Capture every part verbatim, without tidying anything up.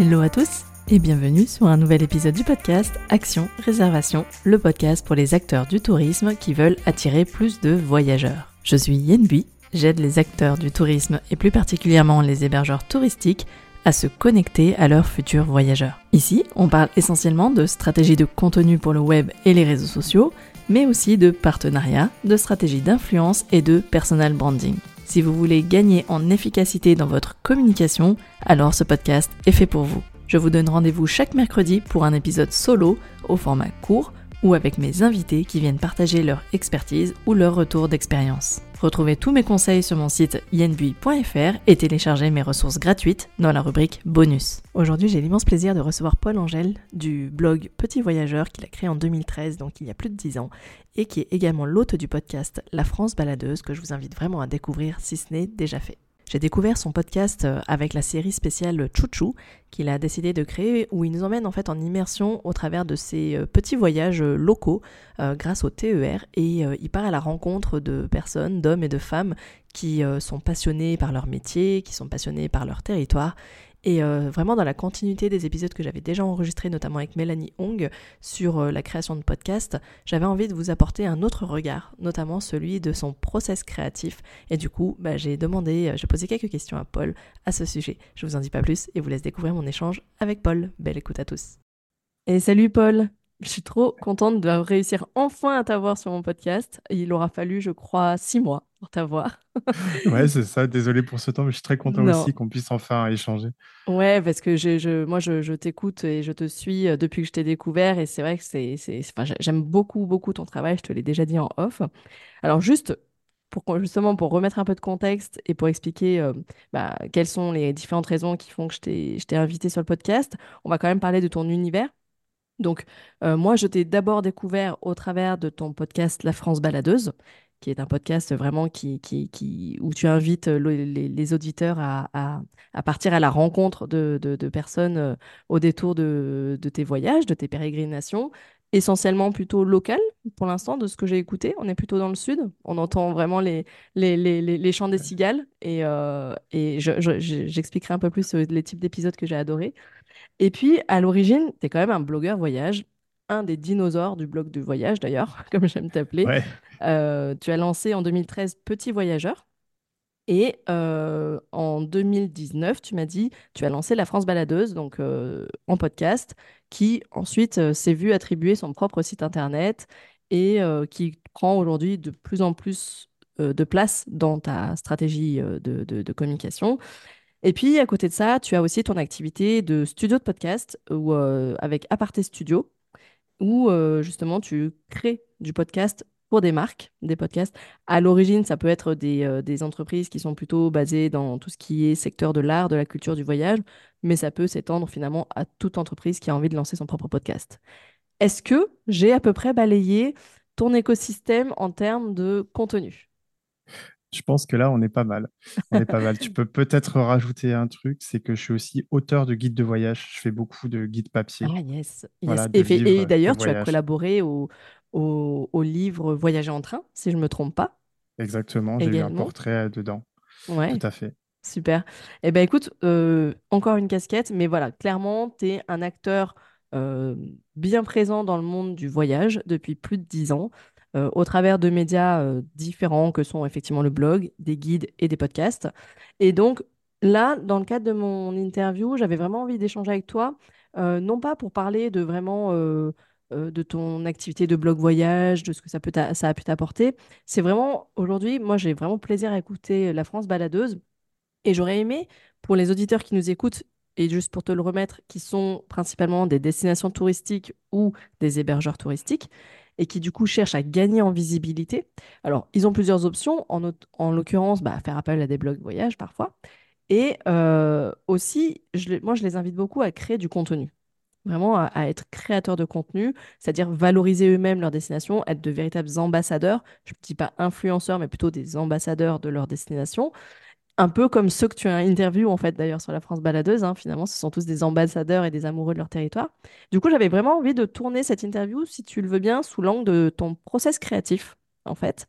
Hello à tous et bienvenue sur un nouvel épisode du podcast Action Réservation, le podcast pour les acteurs du tourisme qui veulent attirer plus de voyageurs. Je suis Yen Bui, j'aide les acteurs du tourisme et plus particulièrement les hébergeurs touristiques à se connecter à leurs futurs voyageurs. Ici, on parle essentiellement de stratégie de contenu pour le web et les réseaux sociaux, mais aussi de partenariat, de stratégie d'influence et de personal branding. Si vous voulez gagner en efficacité dans votre communication, alors ce podcast est fait pour vous. Je vous donne rendez-vous chaque mercredi pour un épisode solo au format court ou avec mes invités qui viennent partager leur expertise ou leur retour d'expérience. Retrouvez tous mes conseils sur mon site yen bui point f r et téléchargez mes ressources gratuites dans la rubrique bonus. Aujourd'hui, j'ai l'immense plaisir de recevoir Paul Angel du blog Petit Voyageur qu'il a créé en deux mille treize, donc il y a plus de dix ans, et qui est également l'hôte du podcast La France Baladeuse que je vous invite vraiment à découvrir si ce n'est déjà fait. J'ai découvert son podcast avec la série spéciale Chouchou qu'il a décidé de créer où il nous emmène en fait en immersion au travers de ses petits voyages locaux euh, grâce au T E R et euh, il part à la rencontre de personnes, d'hommes et de femmes qui euh, sont passionnés par leur métier, qui sont passionnés par leur territoire. Et euh, vraiment dans la continuité des épisodes que j'avais déjà enregistrés, notamment avec Mélanie Hong, sur euh, la création de podcasts, j'avais envie de vous apporter un autre regard, notamment celui de son process créatif. Et du coup, bah, j'ai demandé, euh, j'ai posé quelques questions à Paul à ce sujet. Je vous en dis pas plus et vous laisse découvrir mon échange avec Paul. Belle écoute à tous. Et salut Paul, je suis trop contente de réussir enfin à t'avoir sur mon podcast. Il aura fallu, je crois, six mois pour t'avoir. Ouais, c'est ça. Désolé pour ce temps, mais je suis très content Non. aussi qu'on puisse enfin échanger. Ouais, parce que je, je, moi, je, je t'écoute et je te suis euh, depuis que je t'ai découvert et c'est vrai que c'est, c'est, c'est- enfin, j'a- j'aime beaucoup, beaucoup ton travail, je te l'ai déjà dit en off. Alors juste, pour, qu'on- justement, pour remettre un peu de contexte et pour expliquer euh, bah, quelles sont les différentes raisons qui font que je t'ai, je t'ai invité sur le podcast, on va quand même parler de ton univers. Donc, euh, moi, je t'ai d'abord découvert au travers de ton podcast La France Baladeuse, qui est un podcast vraiment qui, qui, qui, où tu invites le- les, les auditeurs à, à- à partir à la rencontre de, de- de personnes euh, au détour de, de tes voyages, de tes pérégrinations, essentiellement plutôt locales pour l'instant, de ce que j'ai écouté. On est plutôt dans le sud, on entend vraiment les, les, les, les- les chants des cigales et, euh, et je- je- je- j'expliquerai un peu plus euh, les types d'épisodes que j'ai adorés. Et puis, à l'origine, tu es quand même un blogueur voyage, un des dinosaures du blog de voyage d'ailleurs, comme j'aime t'appeler. Ouais, Euh, tu as lancé en deux mille treize Petit Voyageur. Et euh, en deux mille dix-neuf, tu m'as dit, tu as lancé La France Baladeuse, donc euh, en podcast, qui ensuite euh, s'est vu attribuer son propre site internet et euh, qui prend aujourd'hui de plus en plus euh, de place dans ta stratégie euh, de, de- de communication. Et puis, à côté de ça, tu as aussi ton activité de studio de podcast ou euh, avec Aparté Studio, où euh, justement tu crées du podcast pour des marques, des podcasts. À l'origine, ça peut être des, euh, des entreprises qui sont plutôt basées dans tout ce qui est secteur de l'art, de la culture, du voyage, mais ça peut s'étendre finalement à toute entreprise qui a envie de lancer son propre podcast. Est-ce que j'ai à peu près balayé ton écosystème en termes de contenu? je pense que là, on est pas mal. On est pas mal. Tu peux peut-être rajouter un truc, c'est que je suis aussi auteur de guides de voyage. Je fais beaucoup de guides papier, Ah yes, yes. voilà, de Et, fait- et livres de d'ailleurs, tu as voyage. collaboré au, au, au livre Voyager en train, si je ne me trompe pas, Exactement, j'ai eu un également. portrait euh, dedans. Tout Ouais, à fait. super. Eh ben écoute, euh, encore une casquette, mais voilà, clairement, tu es un acteur euh, bien présent dans le monde du voyage depuis plus de dix ans, euh, au travers de médias euh, différents que sont effectivement le blog, des guides et des podcasts. Et donc là, dans le cadre de mon interview, j'avais vraiment envie d'échanger avec toi, euh, non pas pour parler de vraiment euh, euh, de ton activité de blog voyage, de ce que ça peut t'a- ça a pu t'apporter. C'est vraiment, aujourd'hui, moi j'ai vraiment plaisir à écouter La France Baladeuse. Et j'aurais aimé, pour les auditeurs qui nous écoutent, et juste pour te le remettre, qui sont principalement des destinations touristiques ou des hébergeurs touristiques, et qui du coup cherchent à gagner en visibilité. Alors, ils ont plusieurs options, en, autre- en l'occurrence, bah, faire appel à des blogs voyage parfois. Et euh, aussi, je les- moi, je les invite beaucoup à créer du contenu. Vraiment à, à être créateurs de contenu, c'est-à-dire valoriser eux-mêmes leur destination, être de véritables ambassadeurs. Je ne dis pas influenceurs, mais plutôt des ambassadeurs de leur destination un peu comme ceux que tu as interviewés en fait d'ailleurs sur la France Baladeuse, hein, finalement, ce sont tous des ambassadeurs et des amoureux de leur territoire. Du coup, j'avais vraiment envie de tourner cette interview, si tu le veux bien, sous l'angle de ton process créatif, en fait,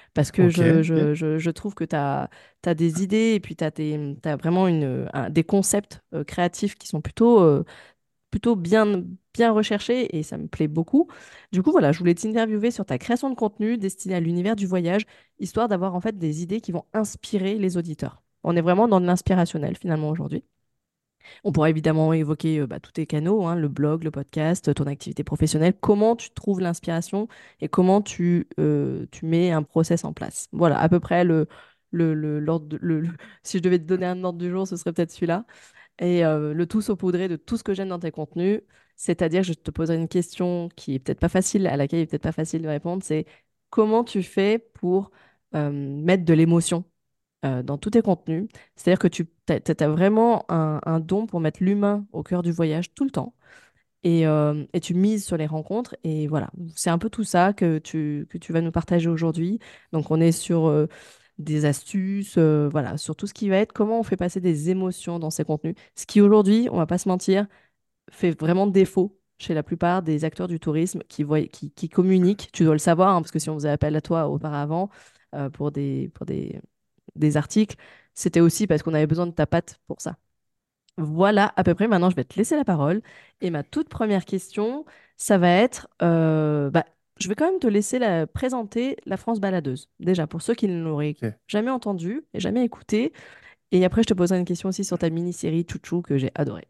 parce que Ok, je, ok. je, je, je trouve que tu as des idées et puis tu as, vraiment une, un- des concepts euh, créatifs qui sont plutôt, euh, plutôt bien, bien recherchés et ça me plaît beaucoup. Du coup, voilà, je voulais t'interviewer sur ta création de contenu destiné à l'univers du voyage, histoire d'avoir en fait des idées qui vont inspirer les auditeurs. On est vraiment dans de l'inspirationnel finalement aujourd'hui. On pourrait évidemment évoquer euh, bah, tous tes canaux, hein, le blog, le podcast, ton activité professionnelle, comment tu trouves l'inspiration et comment tu, euh, tu mets un process en place. Voilà, à peu près le, le, le- l'ordre de- le- le- si je devais te donner un ordre du jour, ce serait peut-être celui-là. Et euh, le tout saupoudré de tout ce que j'aime dans tes contenus, c'est-à-dire, je te poserai une question qui est peut-être pas facile, à laquelle il est peut-être pas facile de répondre, c'est comment tu fais pour euh, mettre de l'émotion euh, dans tous tes contenus. C'est-à-dire que tu as, vraiment un, un don pour mettre l'humain au cœur du voyage tout le temps. Et, euh, et tu mises sur les rencontres. Et voilà, c'est un peu tout ça que tu, que tu vas nous partager aujourd'hui. Donc, on est sur euh, des astuces, euh, voilà, sur tout ce qui va être comment on fait passer des émotions dans ces contenus. Ce qui, aujourd'hui, on va pas se mentir, fait vraiment défaut chez la plupart des acteurs du tourisme qui, voient, qui, qui communiquent. Tu dois le savoir, hein, parce que si on faisait appel à toi auparavant euh, pour des, pour des, des articles, c'était aussi parce qu'on avait besoin de ta patte pour ça. Voilà, à peu près. Maintenant, je vais te laisser la parole. Et ma toute première question, ça va être, euh, bah, je vais quand même te laisser la, présenter la France baladeuse. Déjà, pour ceux qui ne l'auraient Ok. jamais entendu et jamais écouté. Et après, je te poserai une question aussi sur ta mini-série Chouchou que j'ai adorée.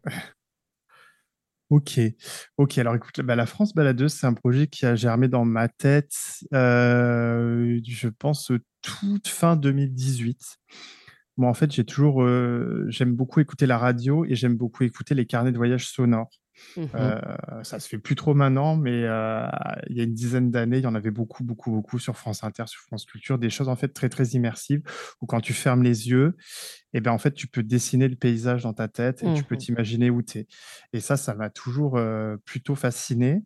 Ok, ok. Alors écoute, bah, la France baladeuse, c'est un projet qui a germé dans ma tête, euh, je pense, toute fin deux mille dix-huit. Moi, en fait, j'ai toujours, euh, j'aime beaucoup écouter la radio et j'aime beaucoup écouter les carnets de voyage sonores. Mhm. Euh, Ça se fait plus trop maintenant, mais euh, il y a une dizaine d'années, il y en avait beaucoup, beaucoup, beaucoup sur France Inter, sur France Culture, des choses en fait très, très immersives où quand tu fermes les yeux, et ben en fait, tu peux dessiner le paysage dans ta tête et tu peux Mhm. t'imaginer où tu es. Et ça, ça m'a toujours euh, plutôt fasciné.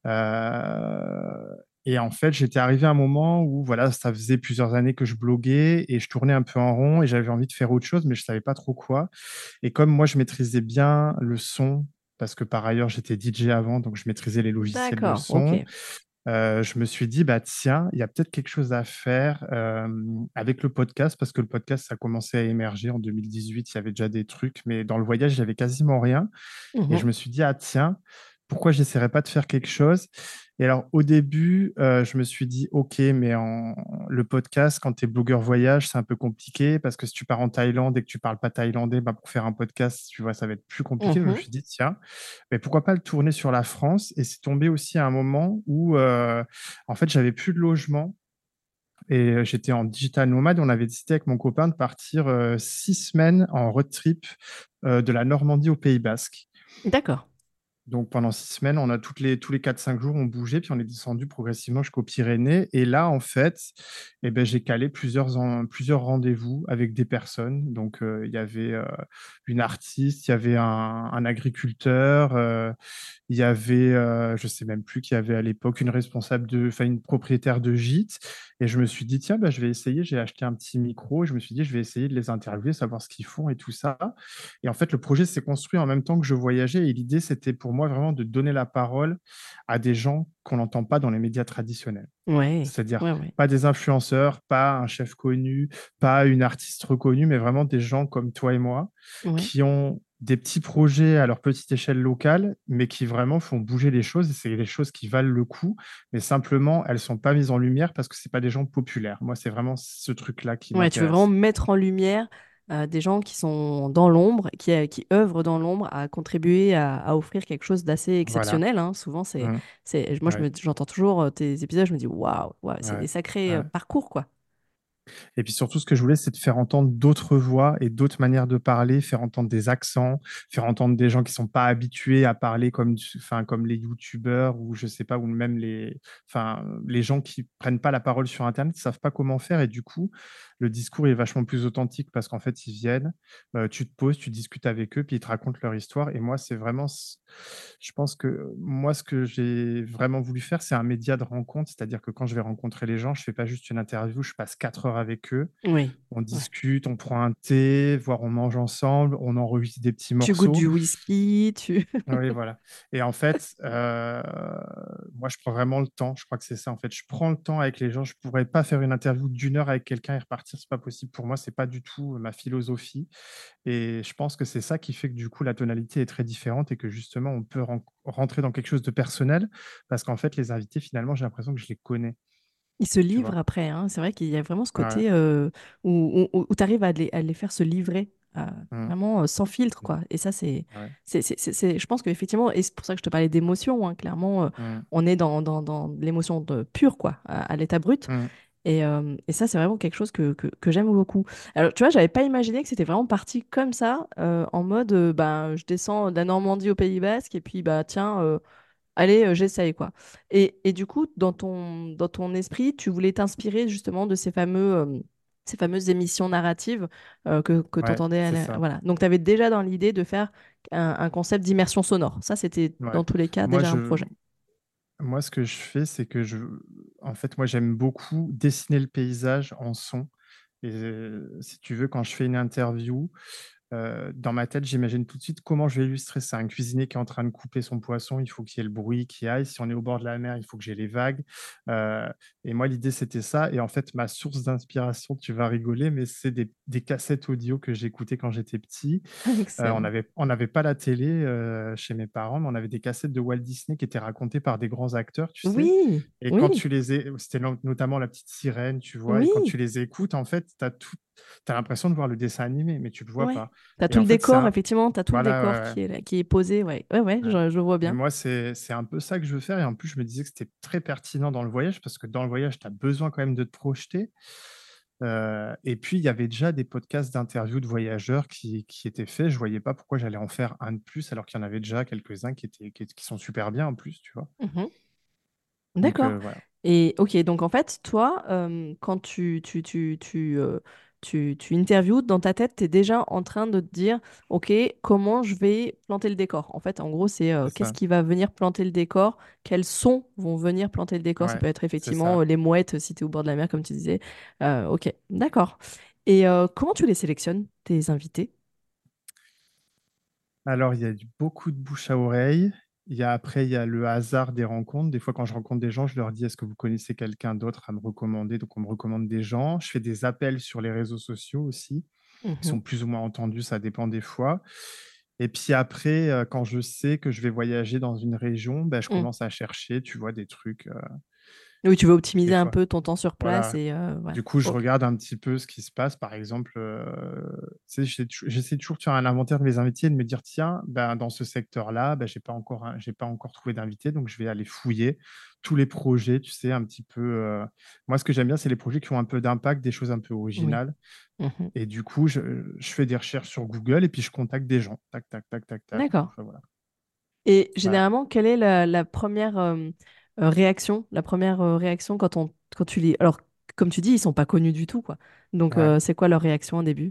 Euh, et en fait, j'étais arrivé à un moment où voilà, ça faisait plusieurs années que je bloguais et je tournais un peu en rond et j'avais envie de faire autre chose, mais je savais pas trop quoi. Et comme moi, je maîtrisais bien le son, parce que par ailleurs, j'étais D J avant, donc je maîtrisais les logiciels de D'accord, ok. son. Euh, je me suis dit, bah tiens, il y a peut-être quelque chose à faire euh, avec le podcast, parce que le podcast, ça a commencé à émerger en deux mille dix-huit, il y avait déjà des trucs, mais dans le voyage, il n'y avait quasiment rien. Et Mhm. je me suis dit, ah tiens, pourquoi j'essaierais pas de faire quelque chose? Et alors, au début, euh, je me suis dit, OK, mais en... le podcast, quand tu es blogueur voyage, c'est un peu compliqué parce que si tu pars en Thaïlande et que tu parles pas thaïlandais, bah, pour faire un podcast, tu vois, ça va être plus compliqué. Donc, je me Mhm. suis dit, tiens, mais pourquoi pas le tourner sur la France? Et c'est tombé aussi à un moment où, euh, en fait, j'avais plus de logement. Et euh, j'étais en digital nomade. On avait décidé avec mon copain de partir euh, six semaines en road trip euh, de la Normandie au Pays Basque. D'accord. Donc pendant six semaines, on a toutes les, tous les quatre cinq jours, on bougeait, puis on est descendu progressivement jusqu'aux Pyrénées. Et là, en fait, eh ben, j'ai calé plusieurs, en- plusieurs rendez-vous avec des personnes. Donc euh, il y avait euh, une artiste, il y avait un, un agriculteur, euh, il y avait, euh, je sais même plus qui y avait à l'époque, une responsable de, enfin une propriétaire de gîte. Et je me suis dit, tiens, bah, je vais essayer. J'ai acheté un petit micro et je me suis dit, je vais essayer de les interviewer, savoir ce qu'ils font et tout ça. Et en fait, le projet s'est construit en même temps que je voyageais. Et l'idée, c'était pour moi vraiment de donner la parole à des gens qu'on n'entend pas dans les médias traditionnels. Ouais, C'est-à-dire ouais, ouais. pas des influenceurs, pas un chef connu, pas une artiste reconnue, mais vraiment des gens comme toi et moi Ouais. qui ont des petits projets à leur petite échelle locale, mais qui vraiment font bouger les choses. Et c'est des choses qui valent le coup, mais simplement, elles sont pas mises en lumière parce que c'est pas des gens populaires. Moi, c'est vraiment ce truc-là qui Ouais, tu veux vraiment m'intéresse. mettre en lumière euh, des gens qui sont dans l'ombre, qui, euh, qui œuvrent dans l'ombre à contribuer à, à offrir quelque chose d'assez Voilà. exceptionnel, hein. Souvent, c'est, Mmh. c'est, moi, je Ouais. me- j'entends toujours euh, tes épisodes, je me dis waouh, waouh, c'est Ouais. des sacrés euh, Ouais. parcours, quoi. Et puis surtout, ce que je voulais, c'est de faire entendre d'autres voix et d'autres manières de parler, faire entendre des accents, faire entendre des gens qui sont pas habitués à parler comme, du- enfin, comme les youtubeurs ou je sais pas, ou même les, enfin, les gens qui prennent pas la parole sur Internet, ils savent pas comment faire. Et du coup, le discours est vachement plus authentique parce qu'en fait, ils viennent, euh, tu te poses, tu discutes avec eux, puis ils te racontent leur histoire. Et moi, c'est vraiment, c- je pense que moi, ce que j'ai vraiment voulu faire, c'est un média de rencontre. C'est-à-dire que quand je vais rencontrer les gens, je fais pas juste une interview, je passe quatre heures heures avec eux. Oui. On Ouais. discute, on prend un thé, voire on mange ensemble, on enregistre des petits Tu goûtes morceaux. du whisky, tu... Oui, voilà. Et en fait, euh, moi, je prends vraiment le temps. Je crois que c'est ça, en fait. Je prends le temps avec les gens. Je pourrais pas faire une interview d'une heure avec quelqu'un et repartir. C'est pas possible pour moi. C'est pas du tout ma philosophie. Et je pense que c'est ça qui fait que du coup, la tonalité est très différente et que justement, on peut ren- rentrer dans quelque chose de personnel parce qu'en fait, les invités, finalement, j'ai l'impression que je les connais. Ils se Tu livrent vois? après, hein. C'est vrai qu'il y a vraiment ce Ouais. côté euh, où, où, tu arrives à les, à les faire se livrer euh, Mm. vraiment euh, sans filtre, quoi. Et ça, c'est, Ouais. c'est, c'est, c'est- c'est- je pense qu'effectivement, et c'est pour ça que je te parlais d'émotion, hein, clairement, euh, Mm. on est dans, dans, dans l'émotion de- pure, quoi, à, à l'état brut. Mm. Et, euh, et ça, c'est vraiment quelque chose que, que, que j'aime beaucoup. Alors, tu vois, j'avais pas imaginé que c'était vraiment parti comme ça, euh, en mode, euh, ben, je descends de la Normandie au Pays Basque, et puis, bah, tiens, euh, allez, euh, j'essaye, quoi. Et, et du coup, dans ton, dans ton esprit, tu voulais t'inspirer justement de ces fameux, euh, ces fameuses émissions narratives euh, que, que tu Ouais, entendais à c'est la- ça. Voilà. Donc, tu avais déjà dans l'idée de faire un, un concept d'immersion sonore. Ça, c'était Ouais. dans tous les cas Moi, déjà un je, projet. Moi, ce que je fais, c'est que je en fait, moi, j'aime beaucoup dessiner le paysage en son et heu, si tu veux, quand je fais une interview, heu, dans ma tête, j'imagine tout de suite comment je vais illustrer ça. Un cuisinier qui est en train de couper son poisson, il faut qu'il y ait le bruit qui aille. Si on est au bord de la mer, il faut que j'ai les vagues, heu et moi, l'idée, c'était ça et en fait, ma source d'inspiration, tu vas rigoler, mais c'est des des cassettes audio que j'écoutais quand j'étais petit. Heu, on Excellent. avait on n'avait pas la télé, heu, chez mes parents, mais on avait des cassettes de Walt Disney qui étaient racontées par des grands acteurs, tu sais? Oui, Et quand oui, tu les é c'était no notamment La Petite Sirène, tu vois? Et quand oui. tu les écoutes, en fait, tu as tout tu as l'impression de voir le dessin animé, mais tu le vois Ouais. pas. T'as Et tout en le fait, c'est décor, un effectivement, t'as tout le voilà, décor ouais, ouais, qui est là, qui est posé. Ouais, ouais, ouais, ouais. je, je vois Et bien. moi, c'est c'est un peu ça que je veux faire et en plus, je me disais que c'était très pertinent dans le voyage parce que dans le voyage, tu as besoin quand même de te projeter. Heu et puis, il y avait déjà des podcasts d'interviews de voyageurs qui qui étaient faits. Je voyais pas pourquoi j'allais en faire un de plus alors qu'il y en avait déjà quelques-uns qui étaient qui qui sont super bien en plus, tu vois? Mhm. Donc D'accord. heu, voilà. Et ok, donc en fait, toi, euh, quand tu, tu, tu, tu, euh, tu, tu interviews, dans ta tête, tu es déjà en train de te dire, ok, comment je vais planter le décor? En fait, en gros, c'est euh, C'est qu'est-ce ça. qui va venir planter le décor? Quels sons vont venir planter le décor? Ça Ouais, peut être c'est effectivement euh, ça. les mouettes si tu es au bord de la mer, comme tu disais. Euh, ok, d'accord. Et euh, comment tu les sélectionnes, tes invités? Alors, il y a du beaucoup de bouche à oreille. Il y a après, il y a le hasard des rencontres. Des fois, quand je rencontre des gens, je leur dis: «Est-ce que vous connaissez quelqu'un d'autre à me recommander?» Donc on me recommande des gens. Je fais des appels sur les réseaux sociaux aussi, qui Mhm, sont plus ou moins entendus, ça dépend des fois. Et puis après, heu, quand je sais que je vais voyager dans une région, bah, je mm. commence à chercher, tu vois, des trucs, heu, Oui, tu veux des optimiser un fois peu ton temps sur place voilà. et euh, ouais. Du coup, je Ok. regarde un petit peu ce qui se passe. Par exemple, heu, tu sais, j'essaie tou j'essaie toujours de faire un inventaire de mes invités et de me dire: «Tiens, ben, dans ce secteur-là, ben, j'ai pas encore un j'ai pas encore trouvé d'invités, donc je vais aller fouiller tous les projets», tu sais, un petit peu, heu moi, ce que j'aime bien, c'est les projets qui ont un peu d'impact, des choses un peu Oui. originales Mhm. et du coup, je je fais des recherches sur Google et puis je contacte des gens. Tac, tac, tac, tac, tac. D'accord. Enfin, voilà. Et Voilà. généralement, quelle est la, la première euh, euh, réaction, la première euh, réaction quand on, quand tu les... Alors, comme tu dis, ils sont pas connus du tout, quoi. Donc, Ouais. euh, c'est quoi leur réaction au début?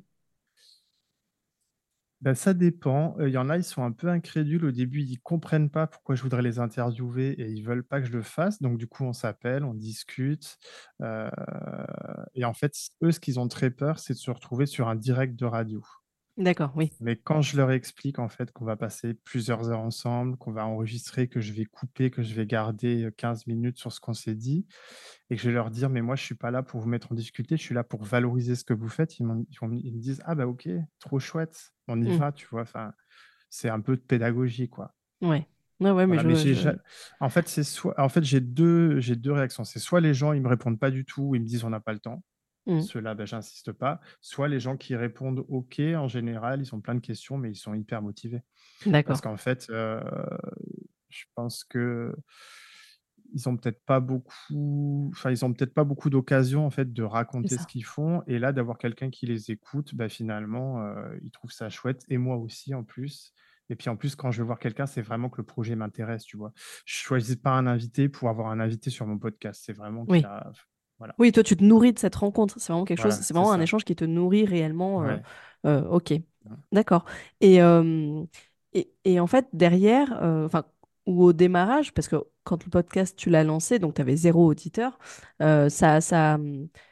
Bah, ça dépend. Heu, il y en a, ils sont un peu incrédules au début, ils comprennent pas pourquoi je voudrais les interviewer et ils veulent pas que je le fasse. Donc du coup, on s'appelle, on discute, heu et en fait, eux, ce qu'ils ont très peur, c'est de se retrouver sur un direct de radio. D'accord, oui. Mais quand je leur explique en fait qu'on va passer plusieurs heures ensemble, qu'on va enregistrer, que je vais couper, que je vais garder, heu, quinze minutes sur ce qu'on s'est dit et que je vais leur dire: «Mais moi, je suis pas là pour vous mettre en difficulté, je suis là pour valoriser ce que vous faites». Ils m'ont ils vont ils me disent: «Ah bah OK, trop chouette, on y Mm. va», tu vois? Enfin, c'est un peu de pédagogie, quoi. Ouais. Ouais, ouais, mais Voilà, mais je, j'ai je... ja en fait, c'est soit en fait, j'ai deux j'ai deux réactions. C'est soit les gens, ils me répondent pas du tout, ils me disent: «On n'a pas le temps». Mm. Ceux-là, bah, j'insiste pas. Soit les gens qui répondent OK, en général, ils ont plein de questions, mais ils sont hyper motivés. Parce D'accord. qu'en fait, heu, je pense que ils ont peut-être pas beaucoup enfin, ils ont peut-être pas beaucoup d'occasions, en fait, de C'est raconter ce ça. qu'ils font et là, d'avoir quelqu'un qui les écoute, bah, finalement, heu, ils trouvent ça chouette et moi aussi, en plus et puis, en plus, quand je vais voir quelqu'un, c'est vraiment que le projet m'intéresse, tu vois? Je choisis pas un invité pour avoir un invité sur mon podcast. C'est vraiment qu'il Oui. a voilà, Oui, toi, tu te nourris de cette rencontre. C'est vraiment quelque chose, voilà, c'est c'est vraiment un ça. échange qui te nourrit réellement. euh, Ouais. euh, ok, Mmh. d'accord. Et, euh, et, et en fait, derrière, euh, enfin, ou au démarrage, parce que quand le podcast, tu l'as lancé, donc tu avais zéro auditeur, euh, ça, ça,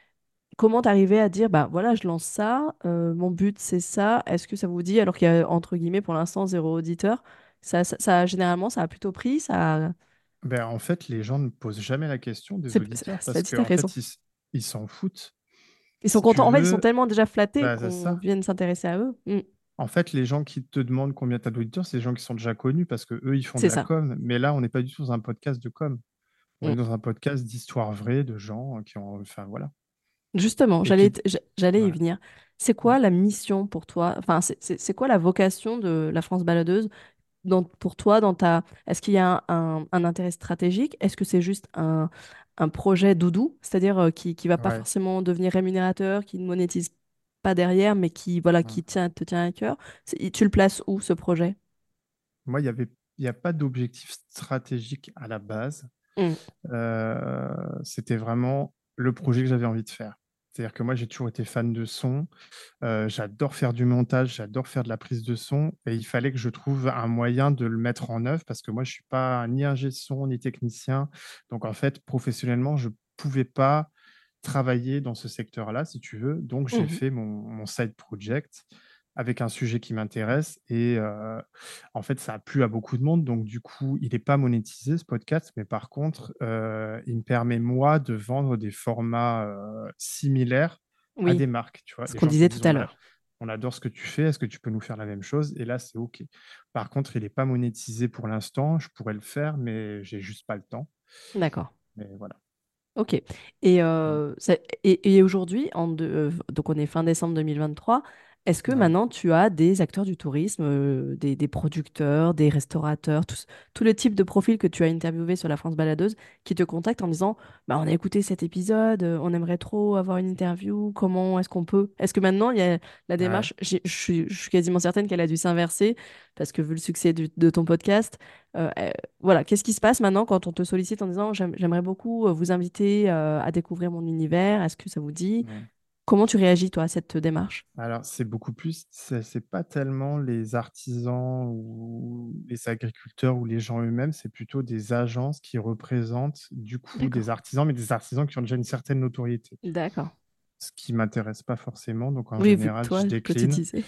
comment t'arrivais à dire, bah voilà, je lance ça, euh, mon but c'est ça, est-ce que ça vous dit, alors qu'il y a entre guillemets pour l'instant zéro auditeur, ça, ça, ça, généralement ça a plutôt pris, ça, Ben, en fait, les gens ne posent jamais la question des c'est, c'est- auditeurs cela parce dit, t'as qu'en raison. fait, ils, s- ils s'en foutent. Ils sont Si tu contents, en fait, ils sont veux, tellement déjà flattés bah, c'est qu'on ça. vienne s'intéresser à eux. Mm. En fait, les gens qui te demandent combien tu as d'auditeurs, c'est les gens qui sont déjà connus parce que eux, ils font de C'est la ça. com. Mais là, on n'est pas du tout dans un podcast de com. On Mm. est dans un podcast d'histoires vraies de gens qui ont. Enfin, voilà. Justement, Et j'allais, qui. t- j'a- j'allais y Voilà. venir. C'est quoi la mission pour toi? Enfin, c'est c'est- c'est quoi la vocation de la France baladeuse dans- pour toi, dans ta... Est-ce qu'il y a un, un intérêt stratégique? Est-ce que c'est juste un, un projet doudou, c'est-à-dire euh, qui qui va pas Ouais. forcément devenir rémunérateur, qui ne monétise pas derrière, mais qui voilà Mm. qui tient, te tient à cœur? C'est- Tu le places où, ce projet? Moi, il y avait. Il n'y a pas d'objectif stratégique à la base. Mm. Euh, C'était vraiment le projet que j'avais envie de faire. C'est-à-dire que moi, j'ai toujours été fan de son. Euh, j'adore faire du montage, j'adore faire de la prise de son. Et il fallait que je trouve un moyen de le mettre en œuvre parce que moi, je ne suis pas ni ingé son, ni technicien. Donc, en fait, professionnellement, je ne pouvais pas travailler dans ce secteur-là, si tu veux. Donc, j'ai Mhm. fait mon, mon side project avec un sujet qui m'intéresse. Et euh, en fait, ça a plu à beaucoup de monde. Donc, du coup, il n'est pas monétisé, ce podcast. Mais par contre, euh, il me permet, moi, de vendre des formats euh, similaires à Oui, des marques. Tu vois, ce les qu'on gens qui disait me tout disent, à on, a, l'heure. on adore ce que tu fais, est-ce que tu peux nous faire la même chose? Et là, c'est OK. Par contre, il n'est pas monétisé pour l'instant. Je pourrais le faire, mais j'ai juste pas le temps. D'accord. Mais voilà. Ok. Et, Mm. euh, ça- et, et aujourd'hui, en de- euh, donc on est fin décembre deux mille vingt-trois, est-ce que Ouais. maintenant tu as des acteurs du tourisme, euh, des, des producteurs, des restaurateurs, tous, tous les types de profils que tu as interviewés sur la France Baladeuse qui te contactent en disant, bah, on a écouté cet épisode, euh, on aimerait trop avoir une interview, comment est-ce qu'on peut? Est-ce que maintenant il y a la Ouais. démarche, j'ai- je suis je suis quasiment certaine qu'elle a dû s'inverser parce que vu le succès du- de ton podcast, euh, voilà, qu'est-ce qui se passe maintenant quand on te sollicite en disant J'aime- j'aimerais beaucoup euh, vous inviter euh, à découvrir mon univers, est-ce que ça vous dit? Mm. Comment tu réagis, toi, à cette démarche? Alors, c'est beaucoup plus, c'est c'est pas tellement les artisans ou les agriculteurs ou les gens eux-mêmes, c'est plutôt des agences qui représentent du coup D'accord. des artisans, mais des artisans qui ont déjà une certaine notoriété. D'accord. Ce qui m'intéresse pas forcément, donc en Oui, vu que général, je toi, décline. petitisé.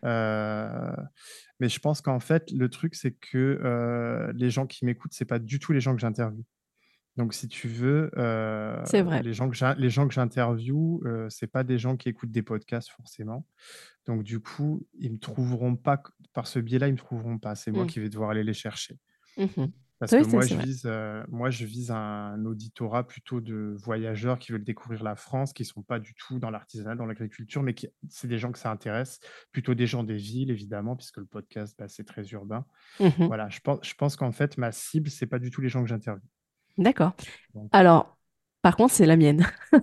Euh, mais je pense qu'en fait, le truc, c'est que euh, les gens qui m'écoutent, c'est pas du tout les gens que j'interviewe. Donc, si tu veux, euh, C'est vrai. les gens que j'in- les gens que j'interviewe, euh, c'est pas des gens qui écoutent des podcasts forcément. Donc, du coup, ils me trouveront pas, par ce biais-là, ils me trouveront pas. C'est moi Mm. qui vais devoir aller les chercher. Mhm. Parce que Oui, c'est moi, c'est je vrai. vise, euh, moi, je vise un auditorat plutôt de voyageurs qui veulent découvrir la France, qui sont pas du tout dans l'artisanat, dans l'agriculture, mais qui, c'est des gens que ça intéresse, plutôt des gens des villes, évidemment, puisque le podcast, bah, c'est très urbain. Mhm. Voilà, je pense, je pense qu'en fait, ma cible, c'est pas du tout les gens que j'interviewe. D'accord. Donc, Alors, par contre, c'est la mienne.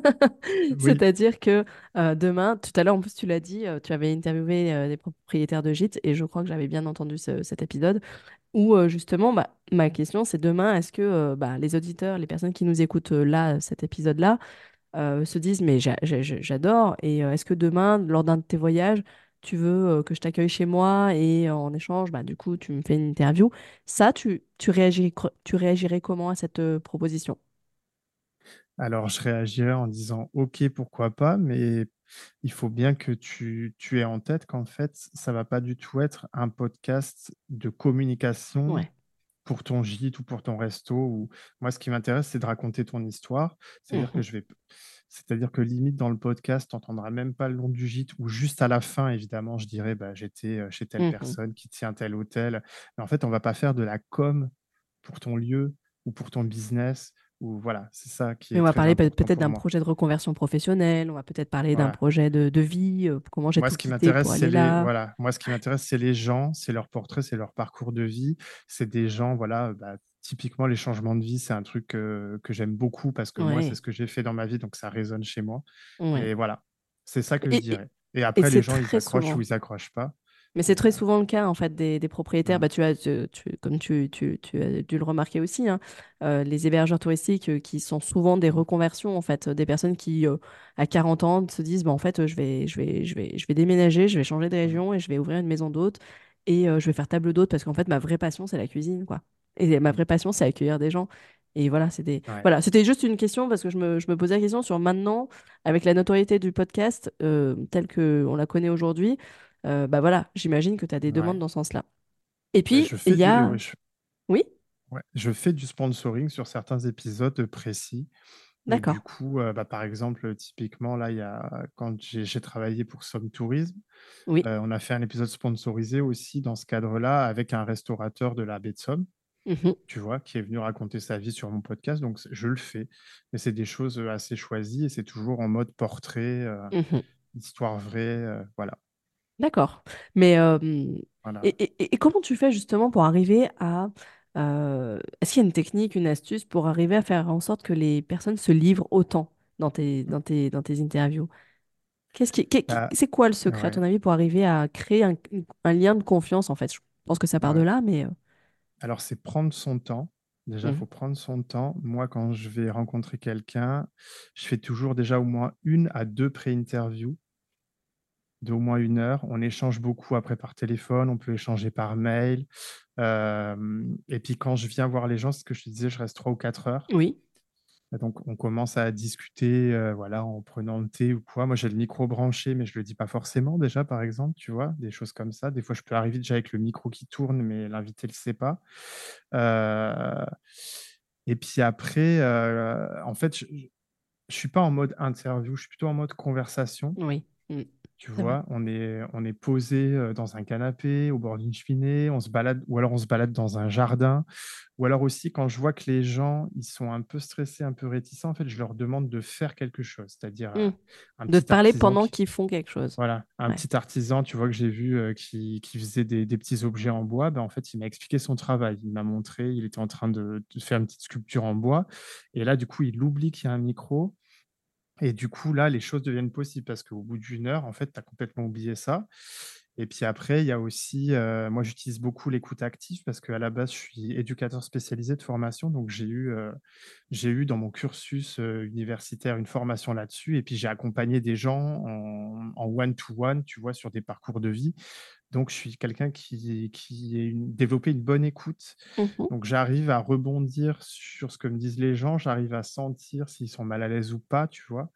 oui, C'est-à-dire que euh, demain, tout à l'heure, en plus, tu l'as dit, euh, tu avais interviewé euh, des propriétaires de gîtes et je crois que j'avais bien entendu ce- cet épisode. Ou euh, justement, bah, ma question, c'est demain, est-ce que euh, bah, les auditeurs, les personnes qui nous écoutent euh, là, cet épisode-là, euh, se disent, mais j'a- j'a- j'a- j'adore, et euh, est-ce que demain, lors d'un de tes voyages, tu veux euh, que je t'accueille chez moi et euh, en échange, bah, du coup, tu me fais une interview. Ça, tu, tu réagirais, cro- tu réagirais comment à cette euh, proposition? alors je réagirais en disant OK, pourquoi pas, mais il faut bien que tu, tu aies en tête qu'en fait, ça va pas du tout être un podcast de communication Ouais. pour ton gîte ou pour ton resto. Ou... Moi, ce qui m'intéresse, c'est de raconter ton histoire. C'est-à-dire que Mhm. je vais, c'est-à-dire que limite dans le podcast, tu n'entendras même pas le nom du gîte ou juste à la fin, évidemment, je dirais, bah, j'étais euh, chez telle Mhm. personne qui tient tel hôtel. Mais en fait, on va pas faire de la com pour ton lieu ou pour ton business. Ou voilà, c'est ça qui Mais est on va très parler peut- important peut-être pour d'un moi. projet de reconversion professionnelle, on va peut-être parler d'un Voilà. projet de, de vie, euh, comment j'ai Moi, tout ce qui quitté m'intéresse, pour c'est aller les, là. voilà. Moi, ce qui m'intéresse, c'est les gens, c'est leur portrait, c'est leur parcours de vie. C'est des gens, voilà, bah, typiquement, les changements de vie, c'est un truc euh, que j'aime beaucoup parce que moi, c'est Ouais, ce que j'ai fait dans ma vie, donc ça résonne chez moi. ouais. Et voilà, c'est ça que je Et, et, dirais. Et et après, les c'est gens, ils très accrochent ou souvent. ils accrochent pas. Mais c'est Mais, très souvent le cas en fait des, des euh, propriétaires. mm, Bah, tu as, tu, tu- comme tu, tu, tu as dû le remarquer aussi, hein, euh, les hébergeurs touristiques euh, qui sont souvent des mm, reconversions en fait, des personnes qui euh, à quarante ans se disent bah, en fait euh, je vais, je vais, je vais, je vais déménager, je vais changer de mm, région et je vais ouvrir une maison d'hôte et euh, je vais faire table d'hôte parce qu'en fait ma vraie passion c'est la cuisine quoi. Et ma mm. vraie passion c'est accueillir des gens. Et voilà, c'est des... Ouais, voilà, c'était juste une question parce que je me, je me posais la question sur maintenant, avec la notoriété du podcast euh, telle qu'on la connaît aujourd'hui, euh, bah voilà, j'imagine que tu as des demandes ouais. dans ce sens-là. Et Bah, puis, je il fais y du, a... ouais, je, Oui, ouais, je fais du sponsoring sur certains épisodes précis. Et du d'accord. coup, euh, bah, par exemple, typiquement, là, il y a, quand j'ai j'ai travaillé pour Somme Tourisme, Oui. euh, on a fait un épisode sponsorisé aussi dans ce cadre-là avec un restaurateur de la baie de Somme, Mhm, tu vois, qui est venu raconter sa vie sur mon podcast. Donc, c'est- je le fais. Mais c'est des choses euh, assez choisies et c'est toujours en mode portrait, euh, mhm. histoire vraie. Euh, voilà. D'accord. Mais euh, et, Voilà. et- et comment tu fais justement pour arriver à... euh, est-ce qu'il y a une technique, une astuce pour arriver à faire en sorte que les personnes se livrent autant dans tes, dans tes, dans tes interviews? Qu'est-ce qui, qu'est- qui- Bah, c'est quoi le secret, à ouais, ton avis, pour arriver à créer un, un lien de confiance, en fait? Je pense que ça part de ouais. là, mais... euh, Alors, c'est prendre son temps. Déjà, il mhm. faut prendre son temps. Moi, quand je vais rencontrer quelqu'un, je fais toujours déjà au moins une à deux pré-interviews d'au moins une heure. On échange beaucoup après par téléphone, on peut échanger par mail. Hem Et puis quand je viens voir les gens, c'est ce que je te disais, je reste trois ou quatre heures. Oui. Et donc on commence à discuter, heu, voilà, en prenant le thé ou quoi. Moi, j'ai le micro branché, mais je le dis pas forcément déjà, par exemple, tu vois? Des choses comme ça. Des fois, je peux arriver déjà avec le micro qui tourne, mais l'invité le sait pas. Heu et puis après, heu, en fait, je je je suis pas en mode interview, je suis plutôt en mode conversation. Oui. Mm. Tu C'est vrai. vois? On est on est posé, heu, dans un canapé, au bord d'une cheminée, on se balade ou alors on se balade dans un jardin. Ou alors aussi quand je vois que les gens, ils sont un peu stressés, un peu réticents, en fait, je leur demande de faire quelque chose. C'est-à-dire, heu, Mm. un De te petit parler artisan pendant qui qu'ils font quelque chose. voilà, un Ouais. petit artisan, tu vois, que j'ai vu, heu, qui qui faisait des des petits objets en bois, ben, en fait, il m'a expliqué son travail. Il m'a montré, il était en train de de faire une petite sculpture en bois et là, du coup, il oublie qu'il y a un micro et du coup, là, les choses deviennent possibles parce qu'au bout d'une heure, en fait, tu as complètement oublié ça. Et puis après, il y a aussi, heu, moi, j'utilise beaucoup l'écoute active parce qu'à la base, je suis éducateur spécialisé de formation. Donc j'ai eu, heu, j'ai eu dans mon cursus, heu, universitaire une formation là-dessus et puis j'ai accompagné des gens en en one to one, tu vois, sur des parcours de vie. Donc je suis quelqu'un qui qui a une développé une bonne écoute. Mhm. Donc j'arrive à rebondir sur ce que me disent les gens, j'arrive à sentir s'ils sont mal à l'aise ou pas, tu vois?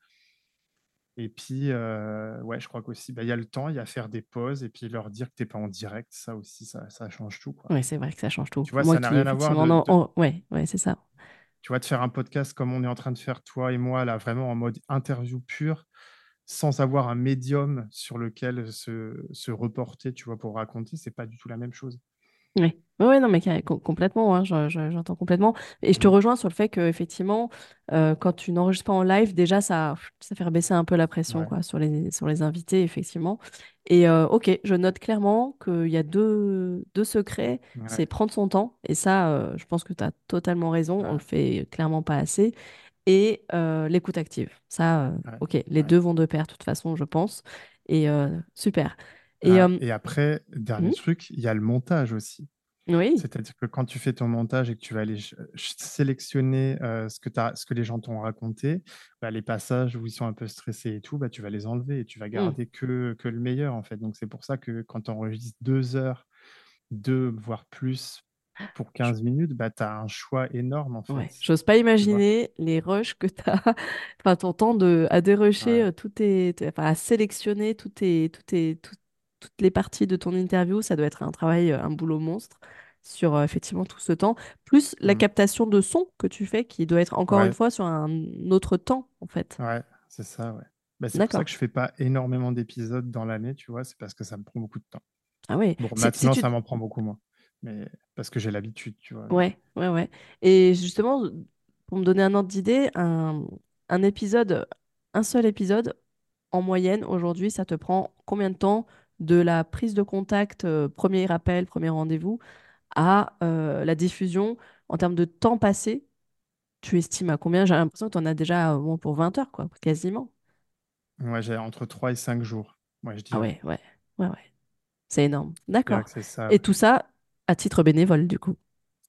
Et puis, heu, ouais, je crois qu'aussi, bah, il y a le temps, il y a faire des pauses et puis leur dire que tu es pas en direct, ça aussi, ça ça change tout, quoi. Oui, c'est vrai que ça change tout. Tu vois, Moi ça n'a qui, rien à voir effectivement, de non. de Oh, ouais, ouais, c'est ça. tu vois, de faire un podcast comme on est en train de faire toi et moi là, vraiment en mode interview pure, sans avoir un médium sur lequel se se reporter, tu vois, pour raconter, c'est pas du tout la même chose. Oui, ouais, ouais, non, mais carré- com- complètement, hein, je- je- j'entends complètement. Et je te Mmh. rejoins sur le fait que, effectivement, euh, quand tu n'enregistres pas en live, déjà, ça, ça fait baisser un peu la pression, Ouais, quoi, sur les, sur les invités, effectivement. Et euh, ok, je note clairement qu'il y a deux, deux secrets, ouais, c'est prendre son temps, et ça, euh, je pense que tu as totalement raison, on le ouais, fait clairement pas assez, et euh, l'écoute active. Ça, euh, ouais, ok, les ouais. deux vont de pair, de toute façon, je pense. Et euh, super. Et Ah euh, et après, dernier hmm, truc, il y a le montage aussi. oui. C'est-à-dire que quand tu fais ton montage et que tu vas aller ch ch sélectionner, heu, ce que tu ce que les gens t'ont raconté, bah, les passages où ils sont un peu stressés et tout, bah, tu vas les enlever et tu vas Hmm. garder que que le meilleur, en fait. Donc c'est pour ça que quand tu enregistres deux heures, deux voire plus pour quinze minutes, bah, tu as un choix énorme, en Ouais, fait, j'ose pas tu vois? imaginer les rushs que tu as, enfin ton temps de, à dérusher Ouais, euh, tout tes, tes- enfin à sélectionner tout tes, tout tes- tout- toutes les parties de ton interview, ça doit être un travail, euh, un boulot monstre sur euh, effectivement tout ce temps, plus la mmh, captation de son que tu fais qui doit être encore une ouais, fois sur un autre temps en fait. ouais, c'est ça, ouais. Bah, c'est pour ça D'accord. que je fais pas énormément d'épisodes dans l'année, tu vois? C'est parce que ça me prend beaucoup de temps. Ah ouais. Bon, Si, si maintenant, tu, ça m'en prend beaucoup moins, mais parce que j'ai l'habitude, tu vois? Mais ouais, ouais, ouais. Et justement, pour me donner un ordre d'idée, un, un épisode, un seul épisode, en moyenne, aujourd'hui, ça te prend combien de temps de la prise de contact, euh, premier appel, premier rendez-vous, à euh, la diffusion en termes de temps passé? Tu estimes à combien? J'ai l'impression que tu en as déjà au moins pour vingt heures, quoi, quasiment. ouais, j'ai entre trois et cinq jours, moi, je Ah dirais. ouais, ouais, ouais, ouais. C'est énorme. Je dirais D'accord. que c'est ça, Et ouais. tout ça à titre bénévole, du coup.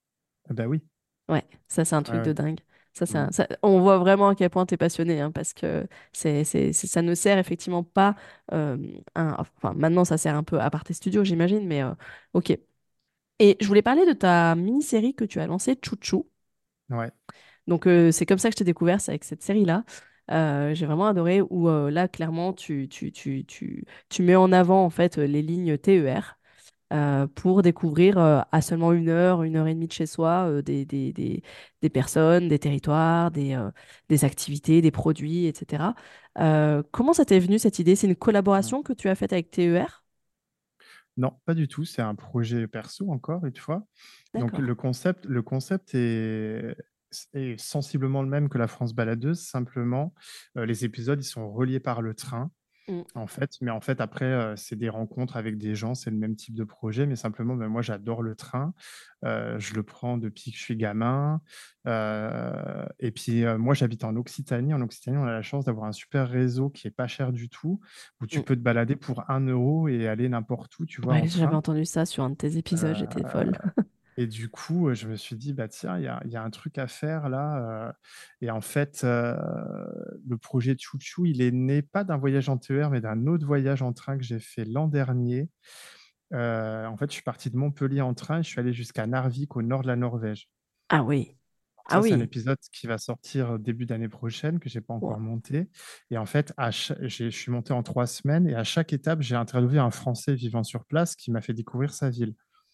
Bah oui, Ouais, ça c'est un ouais, truc de ouais. dingue. Ça, c'est Mmh. un- ça- on voit vraiment à quel point tu es passionné, hein, parce que c'est, c'est, c'est- ça ne sert effectivement pas. euh, un- enfin, maintenant, ça sert un peu à part tes studios, j'imagine, mais euh, ok. Et je voulais parler de ta mini-série que tu as lancée, Chouchou. Ouais. Donc, euh, c'est comme ça que je t'ai découvert, c'est avec cette série-là. Euh, j'ai vraiment adoré où euh, là, clairement, tu, tu, tu, tu, tu mets en avant en fait les lignes T E R euh, pour découvrir euh, à seulement une heure, une heure et demie de chez soi euh, des, des, des, des personnes, des territoires, des, euh, des activités, des produits, et cetera. Euh, comment ça t'est venu cette idée? C'est une Mm. collaboration que tu as faite avec T E R? Non, pas du tout. C'est un projet perso, encore une fois. Donc, D'accord. le concept, le concept est, est sensiblement le même que la France baladeuse. Simplement, euh, les épisodes, ils sont reliés par le train. Mm, En fait, mais en fait, après, euh, c'est des rencontres avec des gens, c'est le même type de projet, mais simplement, ben, moi, j'adore le train. Euh, je le prends depuis que je suis gamin. Euh, et puis, euh, moi, j'habite en Occitanie. En Occitanie, on a la chance d'avoir un super réseau qui est pas cher du tout, où tu mm. peux te balader pour un euro et aller n'importe où, tu vois, Ouais, en j'avais train. entendu ça sur un de tes épisodes, j'étais Euh, folle. et du coup, euh, je me suis dit, bah tiens, il y a, il y a un truc à faire là. euh. Et en fait, euh, le projet Chouchou, il est né pas d'un voyage en T E R, mais d'un autre voyage en train que j'ai fait l'an dernier. Euh, en fait, je suis parti de Montpellier en train et je suis allé jusqu'à Narvik, au nord de la Norvège. Ah oui, Donc ah ça, c'est un oui. épisode qui va sortir début d'année prochaine, que j'ai pas Wow. encore monté. Et en fait, à cha- j'ai- je suis monté en trois semaines et à chaque étape, j'ai interviewé un Français vivant sur place qui m'a fait découvrir sa ville.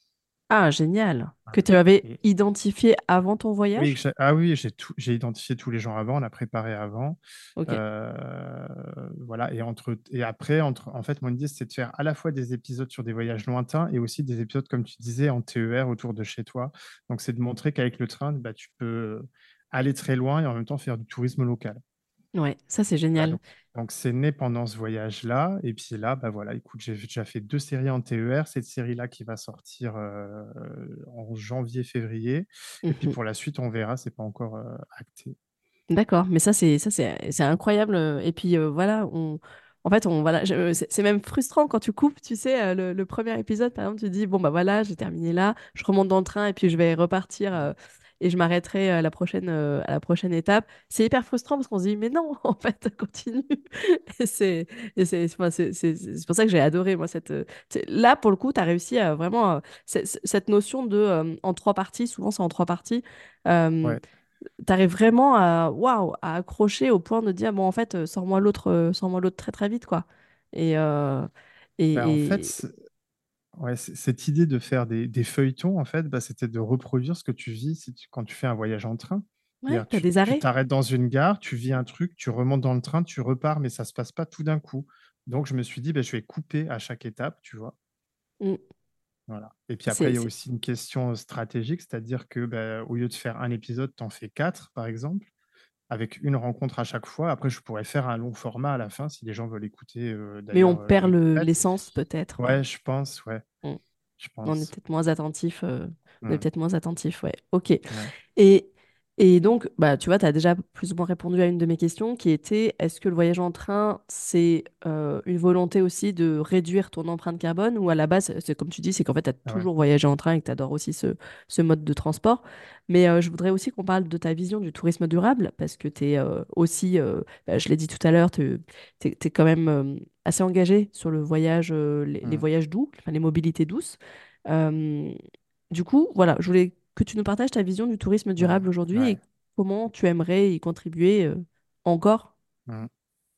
Ah, génial. Que Voilà. tu avais Et, identifié avant ton Oui, voyage? j'ai- ah oui, j'ai tout, j'ai identifié tous les gens avant, on a préparé avant. Ok. Euh, voilà, et, entre, et après, entre, en fait, mon idée, c'était de faire à la fois des épisodes sur des voyages lointains et aussi des épisodes, comme tu disais, en T E R autour de chez toi. Donc, c'est de montrer qu'avec le train, bah, tu peux aller très loin et en même temps faire du tourisme local. Ouais, ça c'est Voilà, génial. donc, donc c'est né pendant ce voyage-là. Et puis là, bah voilà, écoute, j'ai déjà fait deux séries en T E R. Cette série-là qui va sortir euh, en janvier-février. Et puis Mhm. pour la suite, on verra, c'est pas encore euh, acté. D'accord, mais ça c'est ça c'est c'est incroyable. euh, Et puis euh, voilà, on en fait on voilà, je- c'est c'est même frustrant quand tu coupes, tu sais, euh, le, le premier épisode par exemple, tu dis bon bah voilà, j'ai terminé là, je remonte dans le train et puis je vais repartir euh, et je m'arrêterai à la prochaine euh, à la prochaine étape. C'est hyper frustrant parce qu'on se dit mais non, en fait, continue. Et c'est et c'est enfin, c'est c'est c'est pour ça que j'ai adoré moi cette euh, c'est- là pour le coup, tu as réussi à vraiment euh, c'est- c'est- cette notion de euh, en trois parties, souvent c'est en trois parties. euh, Ouais. T'arrives vraiment à, waouh, à accrocher au point de dire, bon, en fait, euh, sors-moi l'autre, euh, sors-moi l'autre très très vite, quoi. Et, euh, Bah, en fait, et, et- c'est- ouais, c'est- cette idée de faire des, des feuilletons, en fait, bah, c'était de reproduire ce que tu vis si tu- quand tu fais un voyage en train. ouais, C'est-à-dire, t'as tu des tu arrêts. t'arrêtes dans une gare, tu vis un truc, tu remontes dans le train, tu repars, mais ça se passe pas tout d'un coup. Donc, je me suis dit, bah, je vais couper à chaque étape, tu vois. Mm. Voilà. Et puis après, C'est, il y a c'est- aussi une question stratégique, c'est-à-dire que bah, au lieu de faire un épisode, tu en fais quatre, par exemple, avec une rencontre à chaque fois. Après, je pourrais faire un long format à la fin si les gens veulent écouter. euh, Mais on D'ailleurs, euh, je perd le le, répète. l'essence, peut-être, ouais. Ouais, je pense, ouais, Mm. je On est pense. peut-être moins attentif. euh, on est Hmm, peut-être moins attentif, ouais. Ok. ouais, Et, et donc, bah, tu vois, tu as déjà plus ou moins répondu à une de mes questions qui était, est-ce que le voyage en train, c'est euh, une volonté aussi de réduire ton empreinte carbone ou à la base, c'est comme tu dis, c'est qu'en fait, tu as ah ouais. toujours voyagé en train et que tu adores aussi ce, ce mode de transport. Mais euh, je voudrais aussi qu'on parle de ta vision du tourisme durable parce que tu es aussi, euh, bah, je l'ai dit tout à l'heure, tu es, quand même euh, assez engagé sur le voyage, euh, les, les Hmm, voyages doux, enfin, les mobilités douces. Euh, du coup, voilà, je voulais que tu nous partages ta vision du tourisme hmm, durable aujourd'hui ouais, et comment tu aimerais y contribuer euh, encore. hmm.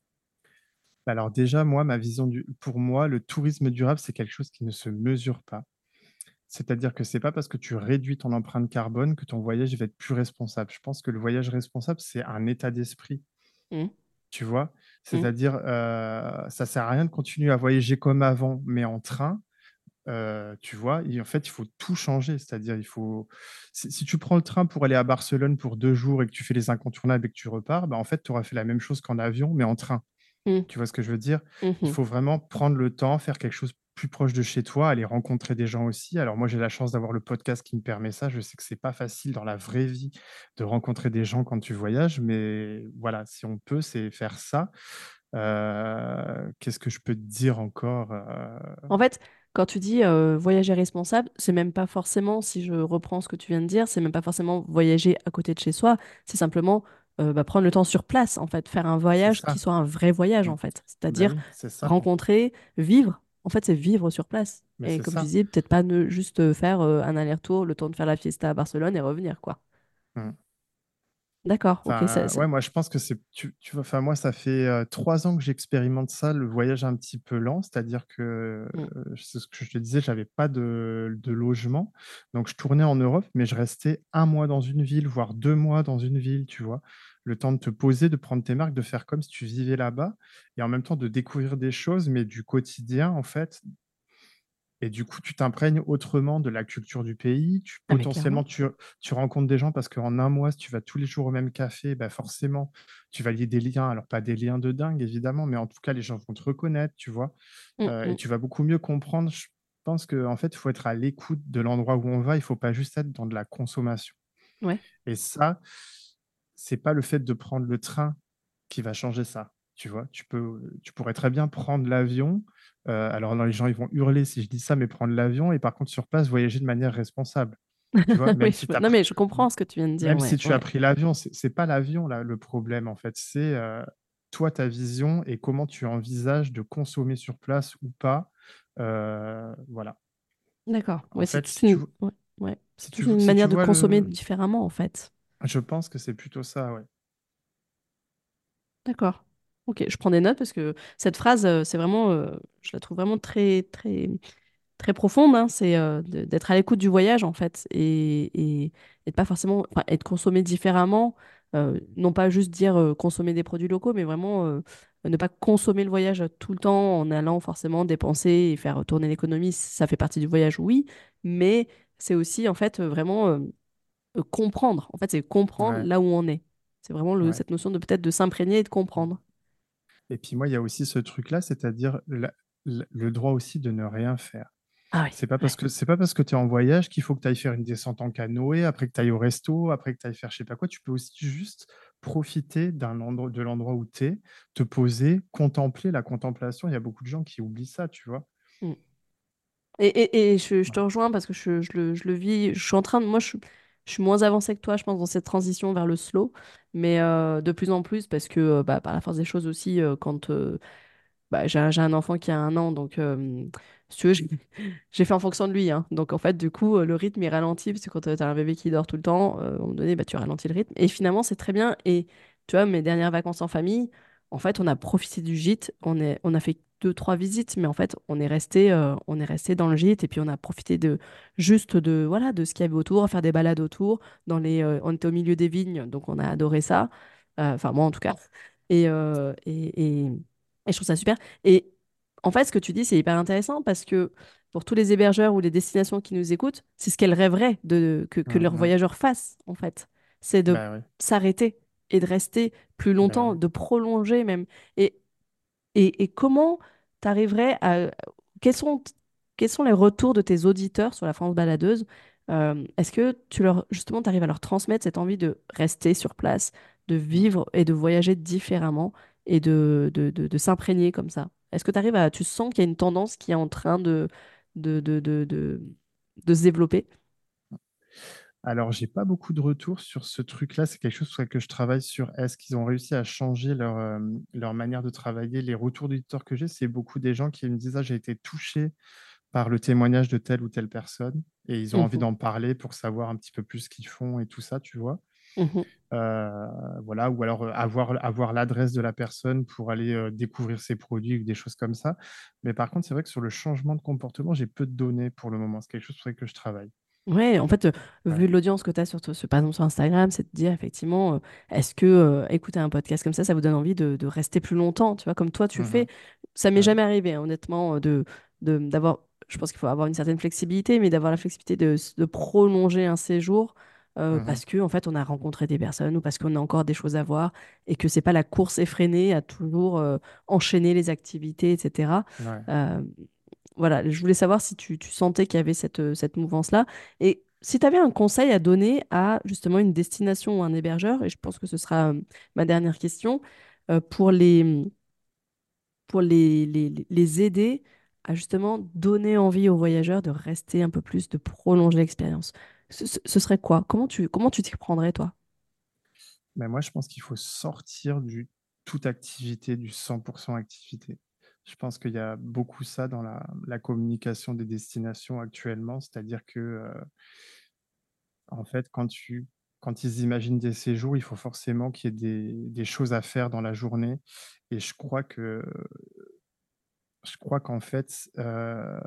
Bah, alors déjà, moi, ma vision du... pour moi, le tourisme durable, c'est quelque chose qui ne se mesure pas. C'est-à-dire que c'est pas parce que tu réduis ton empreinte carbone que ton voyage va être plus responsable. Je pense que le voyage responsable, c'est un état d'esprit. Mm, Tu vois? mm, C'est-à-dire, heu, ça sert à rien de continuer à voyager comme avant, mais en train, heu, tu vois? Et en fait, il faut tout changer. C'est-à-dire, il faut si si tu prends le train pour aller à Barcelone pour deux jours et que tu fais les incontournables et que tu repars, bah, en fait, tu auras fait la même chose qu'en avion, mais en train. mm, Tu vois ce que je veux dire? Il mhm. faut vraiment prendre le temps, faire quelque chose plus proche de chez toi, aller rencontrer des gens aussi. Alors moi, j'ai la chance d'avoir le podcast qui me permet ça. Je sais que c'est pas facile dans la vraie vie de rencontrer des gens quand tu voyages, mais voilà, si on peut, c'est faire ça. Heu, qu'est-ce que je peux te dire encore? Heu, En fait, quand tu dis euh, voyager responsable, c'est même pas forcément, si je reprends ce que tu viens de dire, c'est même pas forcément voyager à côté de chez soi, c'est simplement euh, bah, prendre le temps sur place, en fait, faire un c'est voyage qui ça. soit un vrai voyage, Mmh. en fait. Bah C'est-à-dire oui, c'est ça. rencontrer, vivre. En fait, c'est vivre sur place. Mais Et c'est comme tu ça. disais, peut-être pas ne juste euh, faire euh, un aller-retour, le temps de faire la fiesta à Barcelone et revenir, quoi. Mmh. D'accord, OK, ça Enfin, c'est ouais, moi, je pense que c'est tu tu vois, enfin, moi, ça fait, heu, trois ans que j'expérimente ça, le voyage un petit peu lent. C'est-à-dire que, mmh, heu, c'est ce que je te disais, j'avais pas de de logement, donc je tournais en Europe, mais je restais un mois dans une ville, voire deux mois dans une ville, tu vois? Le temps de te poser, de prendre tes marques, de faire comme si tu vivais là-bas et en même temps de découvrir des choses, mais du quotidien, en fait. Et du coup, tu t'imprègnes autrement de la culture du pays. Tu ah mais clairement. potentiellement, tu tu rencontres des gens parce qu'en un mois, si tu vas tous les jours au même café, bah, forcément, tu vas lier des liens. Alors pas des liens de dingue évidemment, mais en tout cas, les gens vont te reconnaître, tu vois? Mmh Heu et mh. tu vas beaucoup mieux comprendre. Je pense qu'en fait, il faut être à l'écoute de l'endroit où on va. Il faut pas juste être dans de la consommation Ouais. et ça, c'est pas le fait de prendre le train qui va changer ça, tu vois? Tu peux, tu pourrais très bien prendre l'avion, heu, alors là, les gens, ils vont hurler si je dis ça, mais prendre l'avion et par contre sur place, voyager de manière responsable, tu vois? Oui, Même si je tu non pris mais je comprends ce que tu viens de dire, même ouais, si tu as ouais. pris l'avion, c'est c'est pas l'avion là, le problème en fait, c'est, heu, toi, ta vision et comment tu envisages de consommer sur place ou pas, heu, voilà. D'accord. En Ouais, c'est fait, toute si tu une v ouais, ouais, c'est si tu toute v une si tu manière de vois consommer le différemment, en fait. je pense que c'est plutôt ça, ouais. D'accord. OK, je prends des notes parce que cette phrase, heu, c'est vraiment, heu, je la trouve vraiment très, très, très profonde, hein. C'est, heu, de d'être à l'écoute du voyage, en fait et et et de pas forcément enfin et de consommer différemment, heu, non pas juste dire, heu, consommer des produits locaux, mais vraiment, heu, ne pas consommer le voyage, tout le temps en allant forcément dépenser et faire tourner l'économie. Ça fait partie du voyage, oui, mais c'est aussi, en fait, heu, vraiment, hem, heu, comprendre. En fait, c'est comprendre Ouais, là où on est. C'est vraiment le ouais. cette notion de peut-être de s'imprégner et de comprendre. Et puis moi, il y a aussi ce truc-là, c'est-à-dire la la le droit aussi de ne rien faire. Ah oui, C'est pas parce ouais. que c'est pas parce que tu es en voyage qu'il faut que tu ailles faire une descente en canoë, après que tu ailles au resto, après que tu ailles faire je sais pas quoi. Tu peux aussi juste profiter d'un endroit de l'endroit où tu es, te poser, contempler. La contemplation, il y a beaucoup de gens qui oublient ça, tu vois? Mmh. Et, et, et je, je te Voilà. rejoins parce que je, je le, je le vis. Je suis en train de. Moi, je, suis- je suis moins avancée que toi, je pense, dans cette transition vers le slow. Mais euh, de plus en plus, parce que euh, bah, par la force des choses aussi, euh, quand euh, bah, j'ai un, j'ai un enfant qui a un an, donc euh, si tu veux, j'ai j'ai fait en fonction de lui, hein. Donc en fait, du coup, euh, le rythme est ralenti, parce que quand tu as un bébé qui dort tout le temps, euh, à un moment donné, bah, tu ralentis le rythme. Et finalement, c'est très bien. Et tu vois, mes dernières vacances en famille, en fait, on a profité du gîte. On est, on a fait deux, trois visites, mais en fait, on est resté, euh, on est resté dans le gîte et puis on a profité de juste de, voilà, de ce qu'il y avait autour, à faire des balades autour. Dans les, euh, on était au milieu des vignes, donc on a adoré ça. Euh, Enfin, moi en tout cas. Et, euh, et, et, et je trouve ça super. Et en fait, ce que tu dis, c'est hyper intéressant parce que pour tous les hébergeurs ou les destinations qui nous écoutent, c'est ce qu'elles rêveraient de, que, que Mmh leurs mh. voyageurs fassent, en fait. C'est de Bah, ouais, s'arrêter et de rester plus bah, longtemps, ouais. de prolonger même. Et, et, et comment tu arriverais à... Quels sont, quels sont les retours de tes auditeurs sur la France baladeuse? Euh, est-ce que tu leur, justement, tu arrives à leur transmettre cette envie de rester sur place, de Mmh. vivre et de voyager différemment et de, de, de, de s'imprégner comme ça? Est-ce que tu arrives à... Tu sens qu'il y a une tendance qui est en train de, de, de, de, de, de se développer? Alors, j'ai pas beaucoup de retours sur ce truc-là. C'est quelque chose sur lequel je travaille sur est-ce qu'ils ont réussi à changer leur, hem, leur manière de travailler? Les retours d'auditeurs que j'ai, c'est beaucoup des gens qui me disent: «Ah, j'ai été touché par le témoignage de telle ou telle personne» et ils ont envie Mhm, d'en parler pour savoir un petit peu plus ce qu'ils font et tout ça, tu vois? mhm. Heu, voilà, ou alors, heu, avoir avoir l'adresse de la personne pour aller, heu, découvrir ses produits ou des choses comme ça. Mais par contre, c'est vrai que sur le changement de comportement, j'ai peu de données pour le moment. C'est quelque chose sur lequel je travaille. Ouais, en fait, euh, vu Ouais. l'audience que tu as sur, ce- par exemple sur Instagram, c'est de dire effectivement, euh, est-ce que euh, écouter un podcast comme ça, ça vous donne envie de, de rester plus longtemps, tu vois, comme toi tu le Mmh fais. mh. Ça m'est Ouais. jamais arrivé, hein, honnêtement, euh, de, de, d'avoir, je pense qu'il faut avoir une certaine flexibilité, mais d'avoir la flexibilité de, s- de prolonger un séjour euh, Mmh mh. parce que, en fait, on a rencontré des personnes ou parce qu'on a encore des choses à voir et que c'est pas la course effrénée à toujours euh, enchaîner les activités, et cetera. Ouais. Euh, voilà, je voulais savoir si tu, tu sentais qu'il y avait cette, euh, cette mouvance-là. Et si tu avais un conseil à donner à justement une destination ou un hébergeur, et je pense que ce sera euh, ma dernière question, euh, pour les, pour les, les, les- les aider à justement donner envie aux voyageurs de rester un peu plus, de prolonger l'expérience. Ce, ce- ce serait quoi? Comment tu, comment tu t'y prendrais, toi? Mais moi, je pense qu'il faut sortir du toute activité, du cent activité. Je pense qu'il y a beaucoup ça dans la la communication des destinations actuellement. C'est-à-dire que, heu, en fait, quand tu quand ils imaginent des séjours, il faut forcément qu'il y ait des des choses à faire dans la journée et je crois que je crois qu'en fait, heu,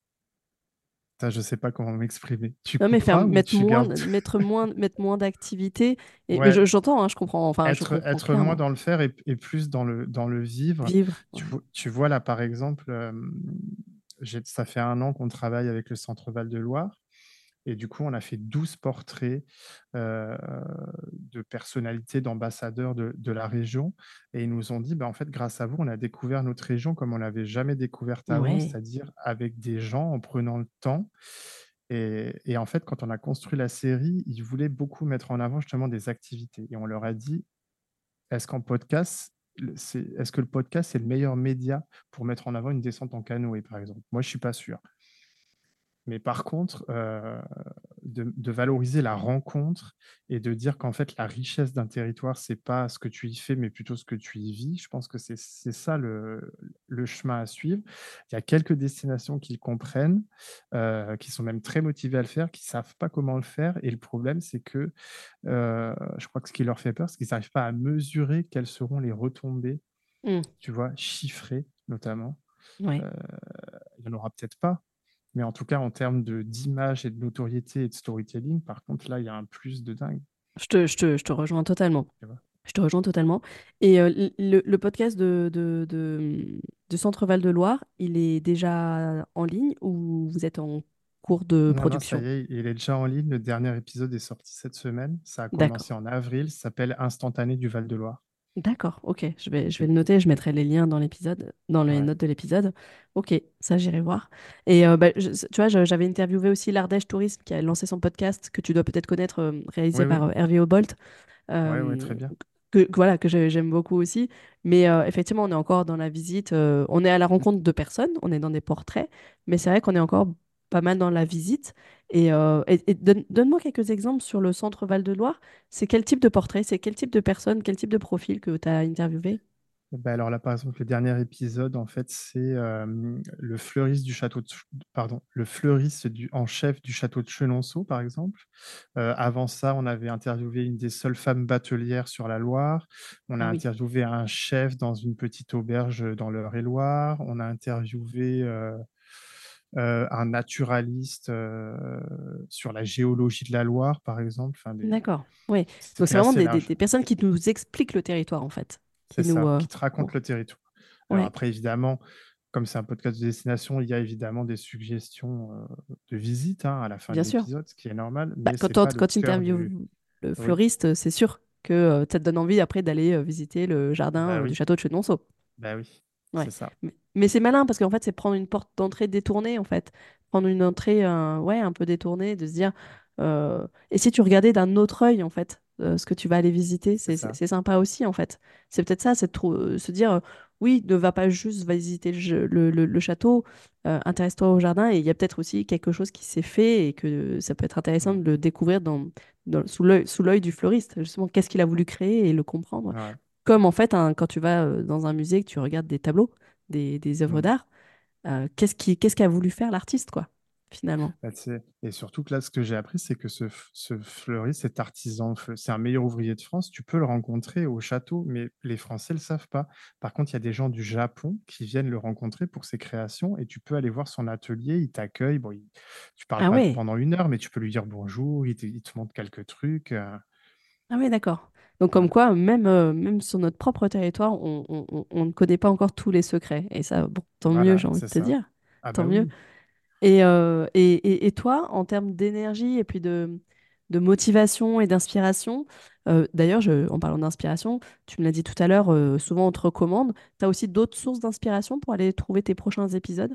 putain, je sais pas comment m'exprimer. Tu Non, mais faire couperas ou mettre tu moins, gardes? mettre moins, mettre moins d'activités. Et mais Ouais, je- j'entends, hein, je comprends. Enfin, je être comprends être moins clairement. dans le faire et et plus dans le dans le vivre. Vivre. Tu Ouais. vo tu vois, là, par exemple, hem, j'ai ça fait un an qu'on travaille avec le Centre Val de Loire et du coup, on a fait douze portraits, heu, de personnalités, d'ambassadeurs de de la région et ils nous ont dit: «Bah, en fait, grâce à vous, on a découvert notre région comme on l'avait jamais découverte avant, Ouais. c'est-à-dire avec des gens, en prenant le temps» et et en fait, quand on a construit la série, ils voulaient beaucoup mettre en avant justement des activités et on leur a dit: «Est-ce qu'en podcast, le c'est est-ce que le podcast, c'est le meilleur média pour mettre en avant une descente en canoë?» par exemple. Moi, je suis pas sûr. Mais par contre, heu, de de valoriser la rencontre et de dire qu'en fait, la richesse d'un territoire, c'est pas ce que tu y fais, mais plutôt ce que tu y vis. Je pense que c'est c'est ça le le chemin à suivre. Il y a quelques destinations qui le comprennent, heu, qui sont même très motivées à le faire, qui savent pas comment le faire et le problème, c'est que, heu, je crois que ce qui leur fait peur, c'est qu'ils n'arrivent pas à mesurer quelles seront les retombées, Mm. tu vois? Chiffrées notamment. Ouais. Heu, il y en aura peut-être pas, mais en tout cas, en termes de d'image et de notoriété et de storytelling, par contre, là, il y a un plus de dingue, Je te, je te, je te rejoins totalement. tu vois? Je te rejoins totalement. Et euh, l- le, le podcast de, de, de, de Centre Val de Loire, il est déjà en ligne ou vous êtes en cours de Non, non, ça production? y est, il est déjà en ligne. Le dernier épisode est sorti cette semaine. Ça a D'accord. commencé en avril. Ça s'appelle Instantané du Val-de-Loire. D'accord, ok. Je vais, je vais C'est le noter, je mettrai les liens dans l'épisode, dans les ouais. notes de l'épisode. Ok, ça j'irai voir. Et euh, bah, je- tu vois, je- j'avais interviewé aussi l'Ardèche Tourisme qui a lancé son podcast que tu dois peut-être connaître, euh, réalisé Oui, par oui. euh, Hervé Obolt, Ouais, ouais, euh, très bien. que, que voilà, que j'ai- j'aime beaucoup aussi. Mais euh, effectivement, on est encore dans la visite, euh, on est à la rencontre de personnes, on est dans des portraits, mais c'est vrai qu'on est encore pas mal dans la visite. Et, euh, et- et donne, donne-moi quelques exemples sur le centre Val-de-Loire. C'est quel type de portrait, c'est quel type de personne, quel type de profil que tu as interviewé? Bah, alors là, par exemple, le dernier épisode, en fait, c'est, hem, le fleuriste du château de Ch pardon, le fleuriste du en chef du château de Chenonceau, par exemple. Heu, avant ça, on avait interviewé une des seules femmes batelières sur la Loire. On a Ah oui, interviewé un chef dans une petite auberge, dans l'Eure-et-Loire. On a interviewé, heu heu, un naturaliste, heu, sur la géologie de la Loire, par exemple. Enfin des d'accord. Oui. Donc c'était c'est vraiment assez des, des- large. des personnes qui nous expliquent le territoire en fait, C'est qui nous. ça, euh, qui te raconte bon, le territoire. Alors ouais, après évidemment, comme c'est un podcast de destination, il y a évidemment des suggestions, heu, de visite, hein, à la fin de bien sûr. l'épisode, ce qui est normal, Bah, mais quand, c'est quand, pas le quand tu cœur interviews du le oui, fleuriste, c'est sûr que euh, ça te donne envie après d'aller euh, visiter le jardin bah euh, du oui, château de Chenonceau. bah oui, Ouais. c'est ça. Mais, mais c'est malin parce qu'en fait, c'est prendre une porte d'entrée détournée, en fait. Prendre une entrée euh, ouais, un peu détournée, de se dire. euh, Et si tu regardais d'un autre œil, en fait, euh, ce que tu vas aller visiter, C'est c'est c'est- ça. c'est sympa aussi, en fait. C'est peut-être ça, c'est de trou- euh, se dire, euh, oui, ne va pas juste visiter le, jeu- le, le- le château, euh, intéresse-toi au jardin. Et il y a peut-être aussi quelque chose qui s'est fait et que ça peut être intéressant Mmh. de le découvrir dans, dans- sous l'œil, sous l'œil du fleuriste. Justement, qu'est-ce qu'il a voulu créer et le comprendre. Ouais. Comme en fait, un- quand tu vas euh, dans un musée, que tu regardes des tableaux, des, des œuvres Mmh. d'art, euh, qu'est-ce qui, qu'est-ce qu'a voulu faire l'artiste, quoi, finalement. Bah, tu sais et surtout que là, ce que j'ai appris, c'est que ce f ce fleuriste, cet artisan feu c'est un meilleur ouvrier de France. Tu peux le rencontrer au château, mais les Français le savent pas. Par contre, il y a des gens du Japon qui viennent le rencontrer pour ses créations et tu peux aller voir son atelier, il t'accueille. Bon, il tu parles Ah pas ouais, pendant une heure, mais tu peux lui dire bonjour, il te il te montre quelques trucs, heu, ah ouais, d'accord. Donc comme ouais. quoi, même, euh, même sur notre propre territoire, on, on- on- on ne connaît pas encore tous les secrets. Et ça, bon, tant mieux, Voilà, j'ai envie de c'est te ça. dire. Ah Tant bah mieux. oui. Et, euh, et, et, et toi, en termes d'énergie et puis de, de motivation et d'inspiration, euh, d'ailleurs, je- en parlant d'inspiration, tu me l'as dit tout à l'heure, euh, souvent on te recommande. Tu as aussi d'autres sources d'inspiration pour aller trouver tes prochains épisodes?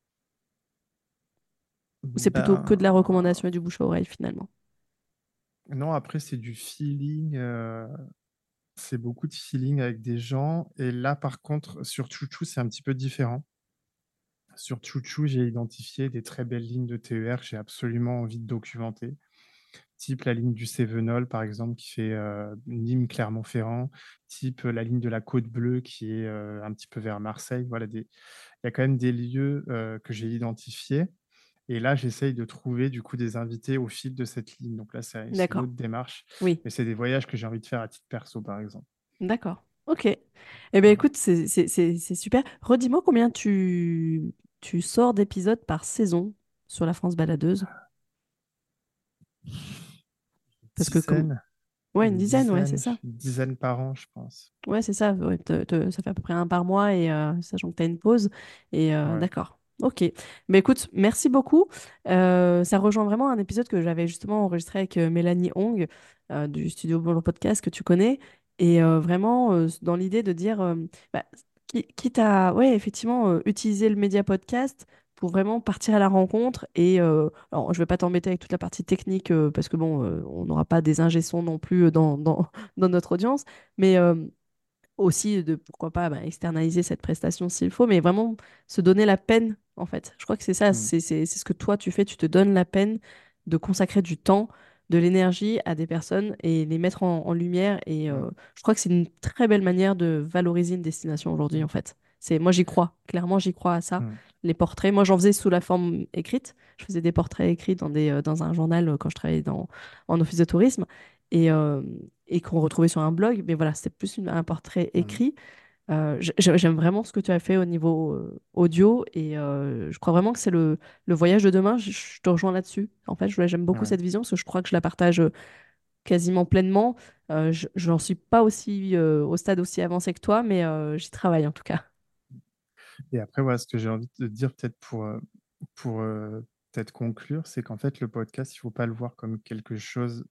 Ou c'est plutôt que de la Ben, recommandation et du bouche à oreille finalement? non, après c'est du feeling, heu, c'est beaucoup de feeling avec des gens et là, par contre, sur Chouchou, c'est un petit peu différent. Sur Chouchou, j'ai identifié des très belles lignes de T E R que j'ai absolument envie de documenter. Type la ligne du Cévenol, par exemple, qui fait euh, Nîmes-Clermont-Ferrand. Type euh, la ligne de la Côte Bleue, qui est euh, un petit peu vers Marseille. Voilà, des... il y a quand même des lieux euh, que j'ai identifiés. Et là, j'essaye de trouver du coup des invités au fil de cette ligne. Donc là, c'est c'est une D'accord. autre démarche, Oui. mais c'est des voyages que j'ai envie de faire à titre perso, par exemple. D'accord. Ok. Eh bien, Voilà. écoute, c'est c'est- c'est- c'est super. Redis-moi combien tu, tu sors d'épisodes par saison sur la France baladeuse. Parce que comme... Dizaines, Ouais, une une dizaine, ouais, c'est dizaine, ça. une dizaine par an, je pense. Ouais, c'est ça. Ouais, te- te- ça fait à peu près un par mois, et euh, sachant que tu as une pause. Et euh, Ouais. d'accord. Ok. Mais écoute, merci beaucoup. Euh, ça rejoint vraiment un épisode que j'avais justement enregistré avec euh, Mélanie Hong euh, du studio Bolo Podcast que tu connais. Et euh, vraiment, euh, dans l'idée de dire, euh, bah, qui- quitte à, ouais, effectivement, euh, utiliser le média podcast pour vraiment partir à la rencontre. Et euh, alors, je vais pas t'embêter avec toute la partie technique euh, parce que bon, euh, on n'aura pas des ingé sons non plus euh, dans, dans, dans notre audience. Mais euh, aussi de pourquoi pas bah, externaliser cette prestation s'il faut, mais vraiment se donner la peine, en fait. Je crois que c'est ça, Mm, c'est c'est- c'est ce que toi tu fais, tu te donnes la peine de consacrer du temps, de l'énergie à des personnes et les mettre en, en lumière. Et mm, euh, je crois que c'est une très belle manière de valoriser une destination aujourd'hui, en mm, fait. C'est, moi, j'y crois, clairement, j'y crois à ça. mm, Les portraits, moi, j'en faisais sous la forme écrite. Je faisais des portraits écrits dans, des, euh, dans un journal euh, quand je travaillais dans, en office de tourisme. Et, euh, et qu'on retrouvait sur un blog. Mais voilà, c'était plus une- un portrait mm, écrit. Euh, j- j'ai- j'aime vraiment ce que tu as fait au niveau euh, audio et euh, je crois vraiment que c'est le, le voyage de demain. Je, je te rejoins là-dessus. En fait, je- j'aime beaucoup ouais. cette vision parce que je crois que je la partage euh, quasiment pleinement. Euh, je n'en suis pas aussi euh, au stade aussi avancé que toi, mais euh, j'y travaille en tout cas. Et après, voilà, ce que j'ai envie de dire peut-être pour, euh, pour euh, peut-être conclure, c'est qu'en fait, le podcast, il ne faut pas le voir comme quelque chose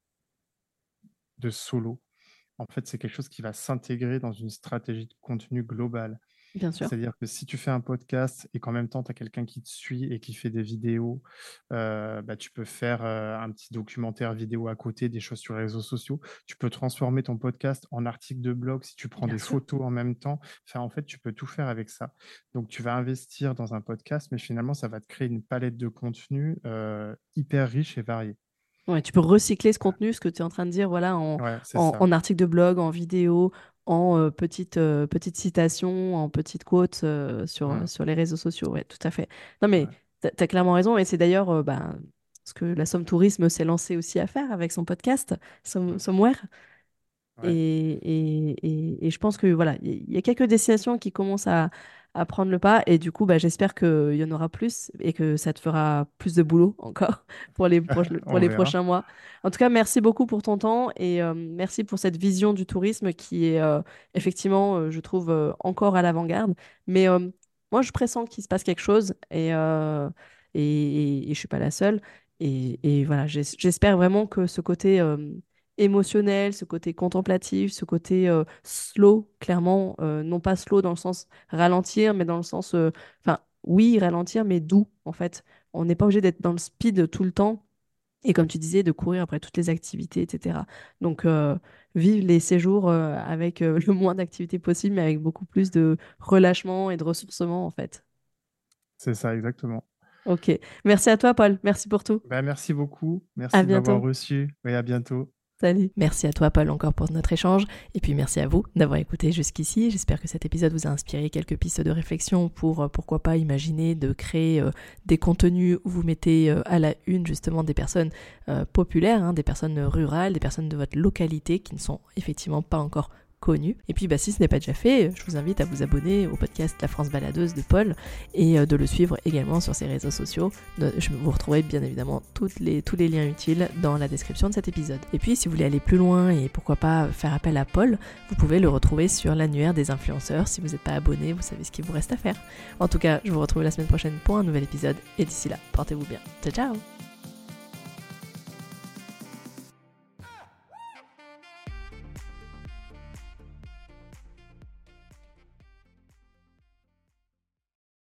de solo. En fait, c'est quelque chose qui va s'intégrer dans une stratégie de contenu globale. Bien sûr. C'est-à-dire que si tu fais un podcast et qu'en même temps, tu as quelqu'un qui te suit et qui fait des vidéos, euh, bah, tu peux faire euh, un petit documentaire vidéo à côté, des choses sur les réseaux sociaux. Tu peux transformer ton podcast en article de blog si tu prends Bien des sûr. photos en même temps. Enfin, en fait, tu peux tout faire avec ça. Donc, tu vas investir dans un podcast, mais finalement, ça va te créer une palette de contenu euh, hyper riche et variée. Ouais, tu peux recycler ce contenu, ce que tu es en train de dire, voilà, en, Ouais, c'est en, ça. en article de blog, en vidéo, en euh, petite, euh, petite citation, en petite quote euh, sur, Mm, sur les réseaux sociaux. Ouais, tout à fait. Non, mais ouais, tu as clairement raison. Et c'est d'ailleurs euh, bah, ce que la Somme Tourisme s'est lancée aussi à faire avec son podcast, Som- mm, Somewhere. Et, ouais, et, et, et je pense que voilà, il y a quelques destinations qui commencent à, à prendre le pas et du coup, bah, j'espère qu'il y en aura plus et que ça te fera plus de boulot encore pour les, proches- pour on les verra. prochains mois. En tout cas, merci beaucoup pour ton temps et euh, merci pour cette vision du tourisme qui est euh, effectivement, euh, je trouve, euh, encore à l'avant-garde. Mais euh, moi, je pressens qu'il se passe quelque chose et, euh, et, et, et je suis pas la seule. Et, et voilà, j'es- j'espère vraiment que ce côté... euh, émotionnel, ce côté contemplatif, ce côté euh, slow, clairement, euh, non pas slow dans le sens ralentir, mais dans le sens, euh, enfin, oui, ralentir, mais doux, en fait. On n'est pas obligé d'être dans le speed tout le temps. Et comme tu disais, de courir après toutes les activités, et cetera. Donc, euh, vivre les séjours euh, avec euh, le moins d'activités possible, mais avec beaucoup plus de relâchement et de ressourcement, en fait. C'est ça, exactement. Ok. Merci à toi, Paul. Merci pour tout. Ben, merci beaucoup. À Merci de m'avoir bientôt. reçu. Et à bientôt. Salut. Merci à toi, Paul, encore pour notre échange. Et puis merci à vous d'avoir écouté jusqu'ici. J'espère que cet épisode vous a inspiré quelques pistes de réflexion pour, euh, pourquoi pas, imaginer de créer euh, des contenus où vous mettez euh, à la une justement des personnes euh, populaires, hein, des personnes rurales, des personnes de votre localité qui ne sont effectivement pas encore connues. Et puis bah, si ce n'est pas déjà fait, je vous invite à vous abonner au podcast La France Baladeuse de Paul et euh, de le suivre également sur ses réseaux sociaux. Je vous retrouverai bien évidemment toutes les, tous les liens utiles dans la description de cet épisode. Et puis si vous voulez aller plus loin et pourquoi pas faire appel à Paul, vous pouvez le retrouver sur l'annuaire des influenceurs. Si vous n'êtes pas abonné, vous savez ce qu'il vous reste à faire. En tout cas, je vous retrouve la semaine prochaine pour un nouvel épisode et d'ici là, portez-vous bien. Ciao ciao.